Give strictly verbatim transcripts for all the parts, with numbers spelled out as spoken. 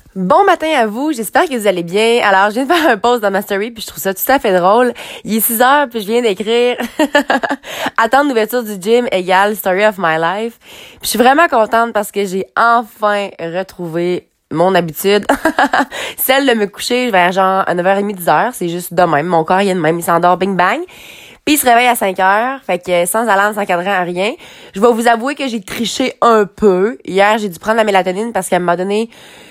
Bon matin à vous, j'espère que vous allez bien. Alors, je viens de faire un post dans ma story, puis je trouve ça tout à fait drôle. Il est six heures, puis je viens d'écrire « Attendre l'ouverture du gym égale story of my life ». Puis je suis vraiment contente parce que j'ai enfin retrouvé mon habitude, celle de me coucher vers genre à neuf heures trente, dix heures. C'est juste de même, mon corps il est de même, il s'endort bing bang. Puis il se réveille à cinq heures, fait que sans alarme, sans cadran, rien. Je vais vous avouer que j'ai triché un peu. Hier, j'ai dû prendre la mélatonine parce qu'elle m'a donné...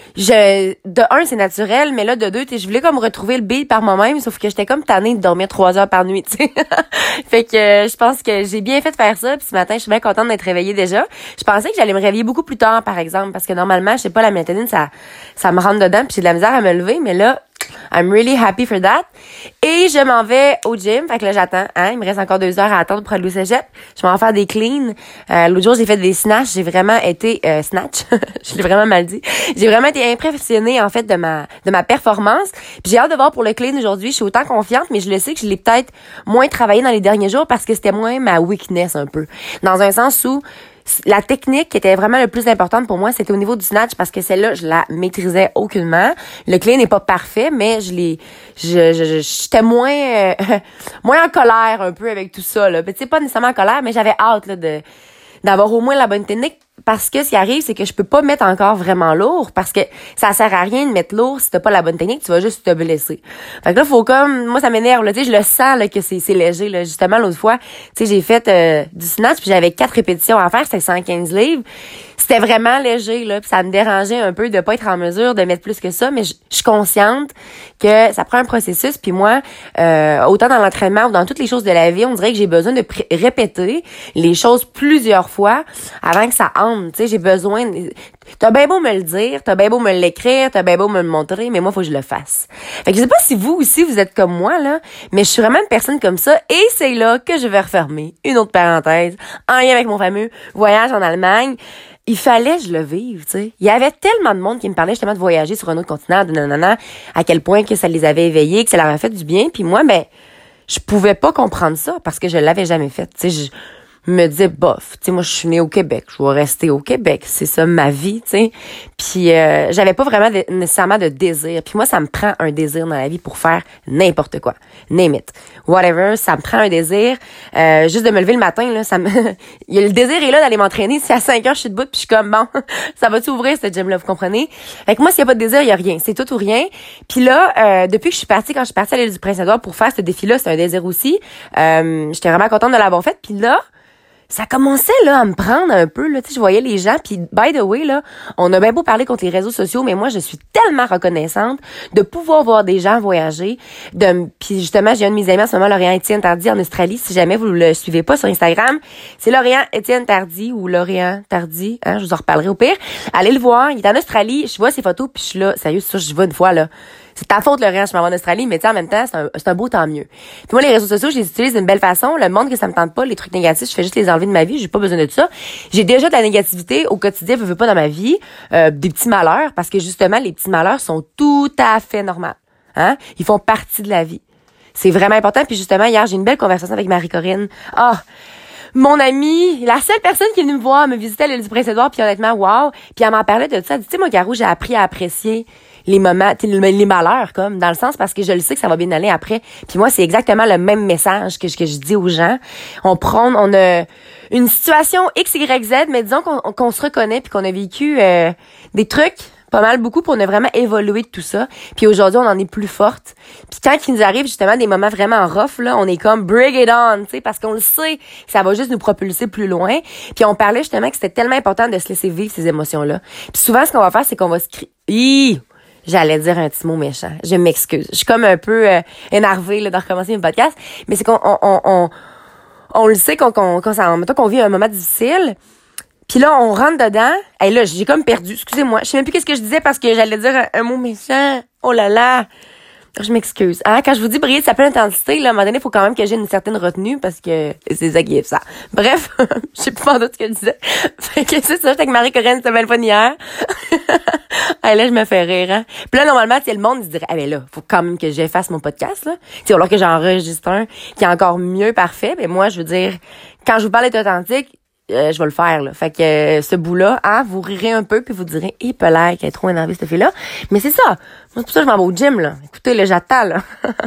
Je, de un, c'est naturel, mais là, de deux, je voulais comme retrouver le beat par moi-même, sauf que j'étais comme tannée de dormir trois heures par nuit, tu sais. Fait que euh, je pense que j'ai bien fait de faire ça, puis ce matin, je suis bien contente d'être réveillée déjà. Je pensais que j'allais me réveiller beaucoup plus tard, par exemple, parce que normalement, je sais pas, la mélatonine, ça, ça me rentre dedans, puis j'ai de la misère à me lever, mais là, I'm really happy for that. Et je m'en vais au gym. Fait que là, j'attends. Hein, il me reste encore deux heures à attendre pour aller au cégep. Je m'en vais faire des cleans. Euh, l'autre jour, j'ai fait des snatchs. J'ai vraiment été... Euh, snatch. Je l'ai vraiment mal dit. J'ai vraiment été impressionnée, en fait, de ma de ma performance. Puis j'ai hâte de voir pour le clean aujourd'hui. Je suis autant confiante, mais je le sais que je l'ai peut-être moins travaillé dans les derniers jours parce que c'était moins ma weakness, un peu. Dans un sens où... La technique qui était vraiment le plus importante pour moi, c'était au niveau du snatch parce que celle-là, je la maîtrisais aucunement. Le clean n'est pas parfait, mais je l'ai, je, je, je j'étais moins, euh, moins en colère un peu avec tout ça, là. Tu sais, pas nécessairement en colère, mais j'avais hâte, là, de, d'avoir au moins la bonne technique. Parce que ce qui arrive, c'est que je peux pas mettre encore vraiment lourd parce que ça sert à rien de mettre lourd si t'as pas la bonne technique, tu vas juste te blesser. Fait que là, faut comme, moi, ça m'énerve, là, tu sais, je le sens, là, que c'est, c'est léger, là. Justement, l'autre fois, tu sais, j'ai fait, euh, du snatch puis j'avais quatre répétitions à faire, c'était cent quinze livres. C'était vraiment léger, là, puis ça me dérangeait un peu de pas être en mesure de mettre plus que ça, mais je suis consciente que ça prend un processus, puis moi, euh, autant dans l'entraînement ou dans toutes les choses de la vie, on dirait que j'ai besoin de pr- répéter les choses plusieurs fois avant que ça entre, tu sais, j'ai besoin de... T'as bien beau me le dire, t'as bien beau me l'écrire, t'as bien beau me le montrer, mais moi, faut que je le fasse. Fait que je sais pas si vous aussi, vous êtes comme moi, là, mais je suis vraiment une personne comme ça, et c'est là que je vais refermer une autre parenthèse, en lien avec mon fameux voyage en Allemagne. Il fallait que je le vive, tu sais. Il y avait tellement de monde qui me parlait justement de voyager sur un autre continent, de nanana, à quel point que ça les avait éveillés, que ça leur avait fait du bien. Puis moi, ben, je pouvais pas comprendre ça parce que je l'avais jamais fait. Tu sais, je me disais, bof, tu sais, moi, je suis née au Québec, je vais rester au Québec, c'est ça ma vie, tu sais. Puis euh, j'avais pas vraiment de, nécessairement de désir. Puis moi, ça me prend un désir dans la vie pour faire n'importe quoi, name it, whatever, ça me prend un désir. Euh, juste de me lever le matin, là, ça me, il y a le désir est là d'aller m'entraîner. Si à cinq heures je suis debout, puis je suis comme bon, ça va s'ouvrir ce gym-là, vous comprenez? Fait que moi, s'il y a pas de désir, il y a rien, c'est tout ou rien. Puis là, euh, depuis que je suis partie, quand je suis partie à l'île du Prince-Édouard pour faire ce défi-là, c'est un désir aussi. Euh, j'étais vraiment contente de l'avoir fait. Puis là, ça commençait là à me prendre un peu, là, tu sais, je voyais les gens, puis by the way, là, on a bien beau parler contre les réseaux sociaux, mais moi, je suis tellement reconnaissante de pouvoir voir des gens voyager, de, puis justement, j'ai un de mes amis en ce moment, Laurian Étienne Tardy, en Australie, si jamais vous le suivez pas sur Instagram, c'est Laurian Étienne Tardy, ou Laurian Tardy, hein, je vous en reparlerai au pire, allez le voir, il est en Australie, je vois ses photos, puis je suis là, sérieux, c'est ça, je vais une fois, là. C'est ta faute, Laurent, je m'en vais en Australie, mais tu sais, en même temps, c'est un, c'est un beau tant mieux. Puis moi, les réseaux sociaux, je les utilise d'une belle façon. Le monde que ça me tente pas, les trucs négatifs, je fais juste les enlever de ma vie. J'ai pas besoin de ça. J'ai déjà de la négativité au quotidien, je veux pas dans ma vie, euh, des petits malheurs, parce que justement, les petits malheurs sont tout à fait normaux. Hein? Ils font partie de la vie. C'est vraiment important. Puis justement, hier, j'ai une belle conversation avec Marie-Corinne. Ah! Mon amie, la seule personne qui est venue me voir, me visiter à l'île du Prince-Édouard, puis honnêtement, wow! Puis elle m'en parlait de ça. Elle dit, tu sais, moi, Garou, j'ai appris à apprécier les moments, les malheurs, comme, dans le sens parce que je le sais que ça va bien aller après. Puis moi, c'est exactement le même message que, que je dis aux gens. On prend, on a une situation X, Y, Z, mais disons qu'on, qu'on se reconnaît puis qu'on a vécu euh, des trucs, pas mal beaucoup, pour on a vraiment évolué de tout ça. Puis aujourd'hui, on en est plus forte. Puis quand il nous arrive justement des moments vraiment rough, là, on est comme bring it on, tu sais, parce qu'on le sait que ça va juste nous propulser plus loin. Puis on parlait justement que c'était tellement important de se laisser vivre ces émotions-là. Puis souvent, ce qu'on va faire, c'est qu'on va se crier. J'allais dire un petit mot méchant. Je m'excuse. Je suis comme un peu euh, énervée là, de recommencer mes podcasts, mais c'est qu'on on, on, on, on le sait qu'on, qu'on, qu'on, ça, mettons qu'on vit un moment difficile. Puis là, on rentre dedans. Et là, j'ai comme perdu. Excusez-moi. Je sais même plus qu'est-ce que je disais parce que j'allais dire un, un mot méchant. Oh là là. Je m'excuse. Hein? Quand je vous dis briller de sa pleine intensité, là, à un moment donné, il faut quand même que j'ai une certaine retenue parce que c'est ça qui est ça. Bref, je sais plus pas d'autre ce que je disais. Fait que c'est ça, j'étais avec Marie-Corinne, c'était belle fun hier. Ah, là, je me fais rire, hein. Puis là, normalement, tu sais, le monde, il se dirait, ah, ben là, faut quand même que j'efface mon podcast, là. Tu sais, alors que j'enregistre un qui est encore mieux parfait. Mais moi, je veux dire, quand je vous parle d'être authentique, euh, je vais le faire, là. Fait que euh, ce bout-là, hein, vous rirez un peu, puis vous direz, hé, Pelaire, qu'elle est trop énervée, cette fille-là. Mais c'est ça. Moi, c'est pour ça que je m'en vais au gym, là. Écoutez, là, j'attends, là.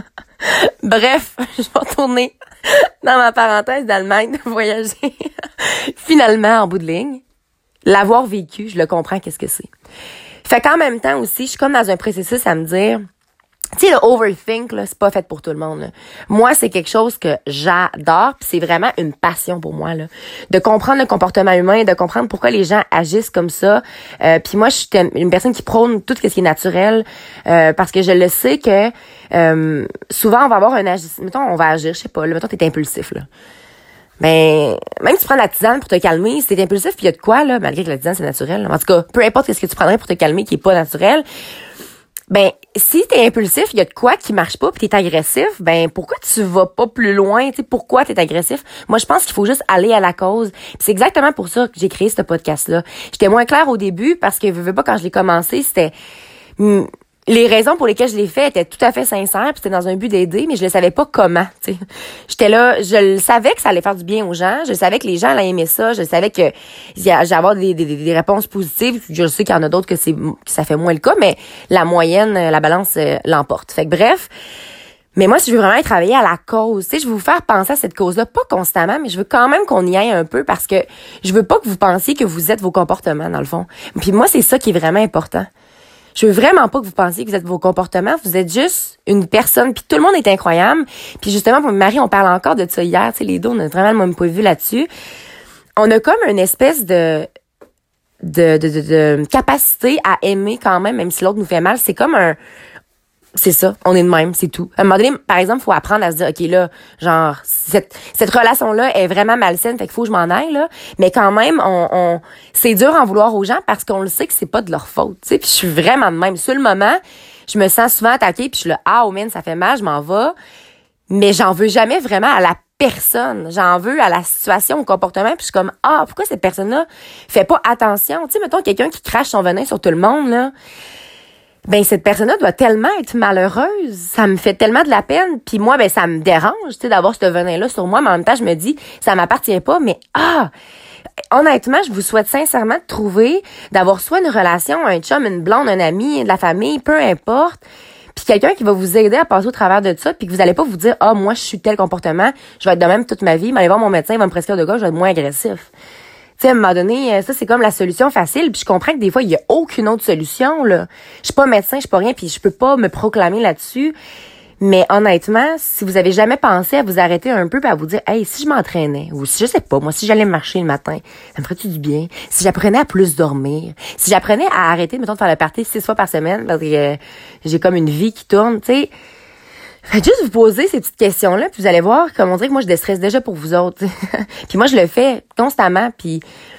Bref, je vais retourner dans ma parenthèse d'Allemagne de voyager. Finalement, en bout de ligne, l'avoir vécu, je le comprends, qu'est-ce que c'est. Fait qu'en même temps aussi, je suis comme dans un processus à me dire, tu sais, le overthink, là, c'est pas fait pour tout le monde, là. Moi, c'est quelque chose que j'adore, pis c'est vraiment une passion pour moi, là. De comprendre le comportement humain, de comprendre pourquoi les gens agissent comme ça. Euh, puis moi, je suis une personne qui prône tout ce qui est naturel, euh, parce que je le sais que euh, souvent, on va avoir un agissement. Mettons, on va agir, je sais pas, là, mettons, t'es impulsif, là. Ben, même si tu prends de la tisane pour te calmer, si t'es impulsif, puis il y a de quoi, là, malgré que la tisane, c'est naturel. En tout cas, peu importe ce que tu prendrais pour te calmer qui est pas naturel, ben, si t'es impulsif, il y a de quoi qui marche pas, puis t'es agressif, ben, pourquoi tu vas pas plus loin? Tu sais, pourquoi t'es agressif? Moi, je pense qu'il faut juste aller à la cause. Puis c'est exactement pour ça que j'ai créé ce podcast-là. J'étais moins claire au début, parce que, veux, veux pas, quand je l'ai commencé, c'était... Hum, les raisons pour lesquelles je l'ai fait étaient tout à fait sincères, puis c'était dans un but d'aider, mais je ne savais pas comment, tu sais. J'étais là, je le savais que ça allait faire du bien aux gens, je savais que les gens allaient aimer ça, je savais que j'allais avoir des, des, des réponses positives, je sais qu'il y en a d'autres que c'est que ça fait moins le cas, mais la moyenne, la balance euh, l'emporte. Fait que bref, mais moi, si je veux vraiment travailler à la cause, tu sais, je veux vous faire penser à cette cause-là, pas constamment, mais je veux quand même qu'on y aille un peu, parce que je veux pas que vous pensiez que vous êtes vos comportements, dans le fond. Puis moi, c'est ça qui est vraiment important. Je veux vraiment pas que vous pensiez que vous êtes vos comportements. Vous êtes juste une personne. Puis tout le monde est incroyable. Puis justement, pour Marie, on parle encore de ça hier. Tu sais, les deux, on a vraiment le même point de vue là-dessus. On a comme une espèce de, de, de, de, de capacité à aimer quand même, même si l'autre nous fait mal. C'est comme un... C'est ça, on est de même, c'est tout. À un moment donné, par exemple, il faut apprendre à se dire, OK, là, genre, cette, cette relation-là est vraiment malsaine, fait qu'il faut que je m'en aille, là. Mais quand même, on, on c'est dur en vouloir aux gens parce qu'on le sait que c'est pas de leur faute, tu sais. Puis je suis vraiment de même. Sur le moment, je me sens souvent attaquée, puis je suis là, ah, oh man, ça fait mal, je m'en vais. Mais j'en veux jamais vraiment à la personne. J'en veux à la situation, au comportement, puis je suis comme, ah, pourquoi cette personne-là fait pas attention? Tu sais, mettons, quelqu'un qui crache son venin sur tout le monde, là. Ben cette personne-là doit tellement être malheureuse, ça me fait tellement de la peine, puis moi ben ça me dérange, tu sais, d'avoir ce venin-là sur moi, mais en même temps je me dis ça m'appartient pas, mais ah, honnêtement je vous souhaite sincèrement de trouver, d'avoir soit une relation, un chum, une blonde, un ami, de la famille, peu importe, puis quelqu'un qui va vous aider à passer au travers de ça, puis que vous allez pas vous dire ah moi je suis tel comportement, je vais être de même toute ma vie, mais aller voir mon médecin, il va me prescrire de gars, je vais être moins agressif. Tu sais, à un moment donné, ça, c'est comme la solution facile. Puis je comprends que des fois, il y a aucune autre solution, là. Je suis pas médecin, je suis pas rien, puis je peux pas me proclamer là-dessus. Mais honnêtement, si vous avez jamais pensé à vous arrêter un peu, puis à vous dire, hey, si je m'entraînais, ou si, je sais pas, moi, si j'allais marcher le matin, ça me ferait-tu du bien? Si j'apprenais à plus dormir, si j'apprenais à arrêter, mettons, de faire le party six fois par semaine, parce que euh, j'ai comme une vie qui tourne, tu sais. Faites juste vous poser ces petites questions-là, puis vous allez voir, comme on dirait que moi, je déstresse déjà pour vous autres. Puis moi, je le fais constamment, puis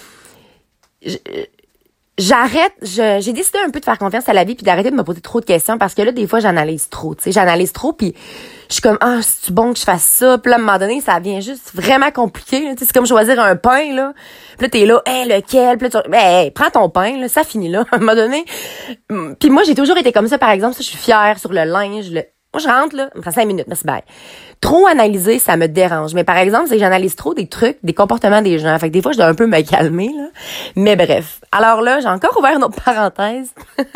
je, j'arrête, je, j'ai décidé un peu de faire confiance à la vie, puis d'arrêter de me poser trop de questions, parce que là, des fois, j'analyse trop, tu sais, j'analyse trop, puis je suis comme, ah, c'est bon que je fasse ça, puis là, à un moment donné, ça devient juste vraiment compliqué, là, tu sais, c'est comme choisir un pain, là, puis là, t'es là, hey, lequel, puis là, tu, ben, hey, prends ton pain, là, ça finit là, à un moment donné. Puis moi, j'ai toujours été comme ça, par exemple, ça, je suis fière sur le linge, le Moi, je rentre, là, ça me prend cinq minutes, merci, bye. Trop analyser, ça me dérange. Mais par exemple, c'est que j'analyse trop des trucs, des comportements des gens. Fait que des fois, je dois un peu me calmer, là. Mais bref. Alors là, j'ai encore ouvert une autre parenthèse.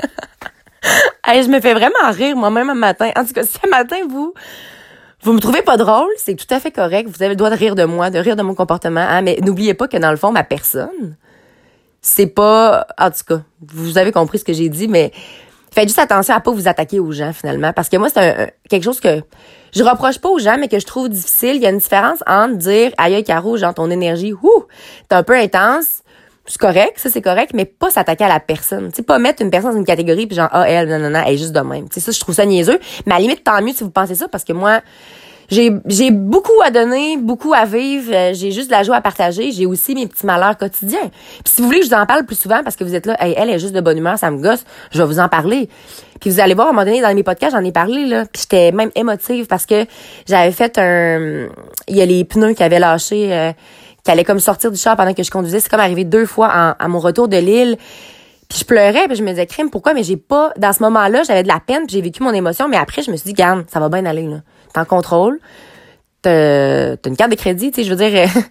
Hey, je me fais vraiment rire moi-même un matin. En tout cas, si ce matin, vous, vous me trouvez pas drôle, c'est tout à fait correct. Vous avez le droit de rire de moi, de rire de mon comportement. Hein? Mais n'oubliez pas que dans le fond, ma personne, c'est pas, en tout cas, vous avez compris ce que j'ai dit, mais faites juste attention à pas vous attaquer aux gens, finalement. Parce que moi, c'est un, un, quelque chose que je reproche pas aux gens, mais que je trouve difficile. Il y a une différence entre dire, aïe, aïe, Caro, genre, ton énergie, ouh, t'es un peu intense. C'est correct, ça, c'est correct, mais pas s'attaquer à la personne. Tu sais, pas mettre une personne dans une catégorie puis genre, ah, elle, non, non, non, elle est juste de même. Tu sais, ça, je trouve ça niaiseux. Mais à la limite, tant mieux si vous pensez ça, parce que moi, j'ai, j'ai beaucoup à donner, beaucoup à vivre. J'ai juste de la joie à partager. J'ai aussi mes petits malheurs quotidiens. Puis si vous voulez que je vous en parle plus souvent parce que vous êtes là, hey, elle est juste de bonne humeur, ça me gosse, je vais vous en parler. Puis vous allez voir, à un moment donné, dans mes podcasts, j'en ai parlé, là. Puis j'étais même émotive parce que j'avais fait un, il y a les pneus qui avaient lâché, euh, qui allaient comme sortir du char pendant que je conduisais. C'est comme arrivé deux fois en, à mon retour de l'île. Puis je pleurais, puis je me disais, crime, pourquoi? Mais j'ai pas, dans ce moment-là, j'avais de la peine, puis j'ai vécu mon émotion. Mais après, je me suis dit, garde, ça va bien aller, là. T'es en contrôle. T'as, t'as une carte de crédit, tu sais, je veux dire,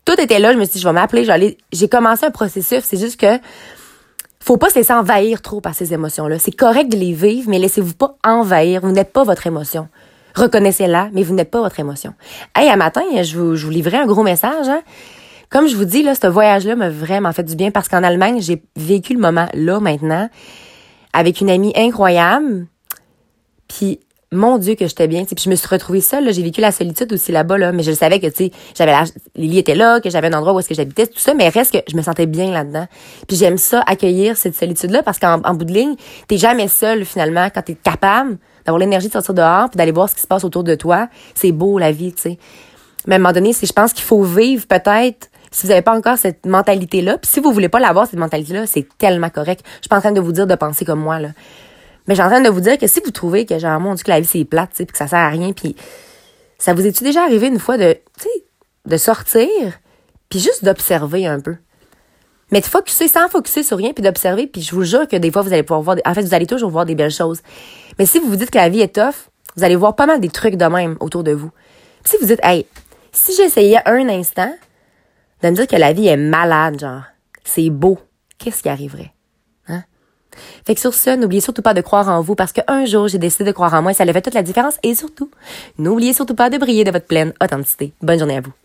tout était là. Je me suis dit, je vais m'appeler, je vais aller. J'ai commencé un processus. C'est juste que faut pas se laisser envahir trop par ces émotions-là. C'est correct de les vivre, mais laissez-vous pas envahir. Vous n'êtes pas votre émotion. Reconnaissez-la, mais vous n'êtes pas votre émotion. Hey, un matin, je vous, je vous livrais un gros message, hein. Comme je vous dis, là, ce voyage-là m'a vraiment fait du bien parce qu'en Allemagne, j'ai vécu le moment là, maintenant, avec une amie incroyable. Puis, mon Dieu, que j'étais bien. Puis, je me suis retrouvée seule, là. J'ai vécu la solitude aussi là-bas, là. Mais je savais que, tu sais, j'avais la, Lily était là, que j'avais un endroit où est-ce que j'habitais, tout ça. Mais reste que je me sentais bien là-dedans. Puis, j'aime ça, accueillir cette solitude-là parce qu'en en bout de ligne, t'es jamais seule, finalement, quand t'es capable d'avoir l'énergie de sortir dehors puis d'aller voir ce qui se passe autour de toi. C'est beau, la vie, tu sais. Mais à un moment donné, c'est, je pense qu'il faut vivre, peut-être, si vous n'avez pas encore cette mentalité-là, puis si vous voulez pas l'avoir, cette mentalité-là, c'est tellement correct. Je suis pas en train de vous dire de penser comme moi, là. Mais j'ai en train de vous dire que si vous trouvez que, genre, mon Dieu, que la vie, c'est plate, tu sais, puis que ça sert à rien, puis ça vous est-tu déjà arrivé une fois de, tu sais, de sortir, puis juste d'observer un peu? Mais de focusser, sans focusser sur rien, puis d'observer, puis je vous jure que des fois, vous allez pouvoir voir, des, en fait, vous allez toujours voir des belles choses. Mais si vous vous dites que la vie est tough, vous allez voir pas mal des trucs de même autour de vous. Puis si vous dites, hey, si j'essayais un instant de me dire que la vie est malade, genre, c'est beau, qu'est-ce qui arriverait? Hein? Fait que sur ça, n'oubliez surtout pas de croire en vous parce qu'un jour, j'ai décidé de croire en moi et ça a fait toute la différence. Et surtout, n'oubliez surtout pas de briller de votre pleine authenticité. Bonne journée à vous.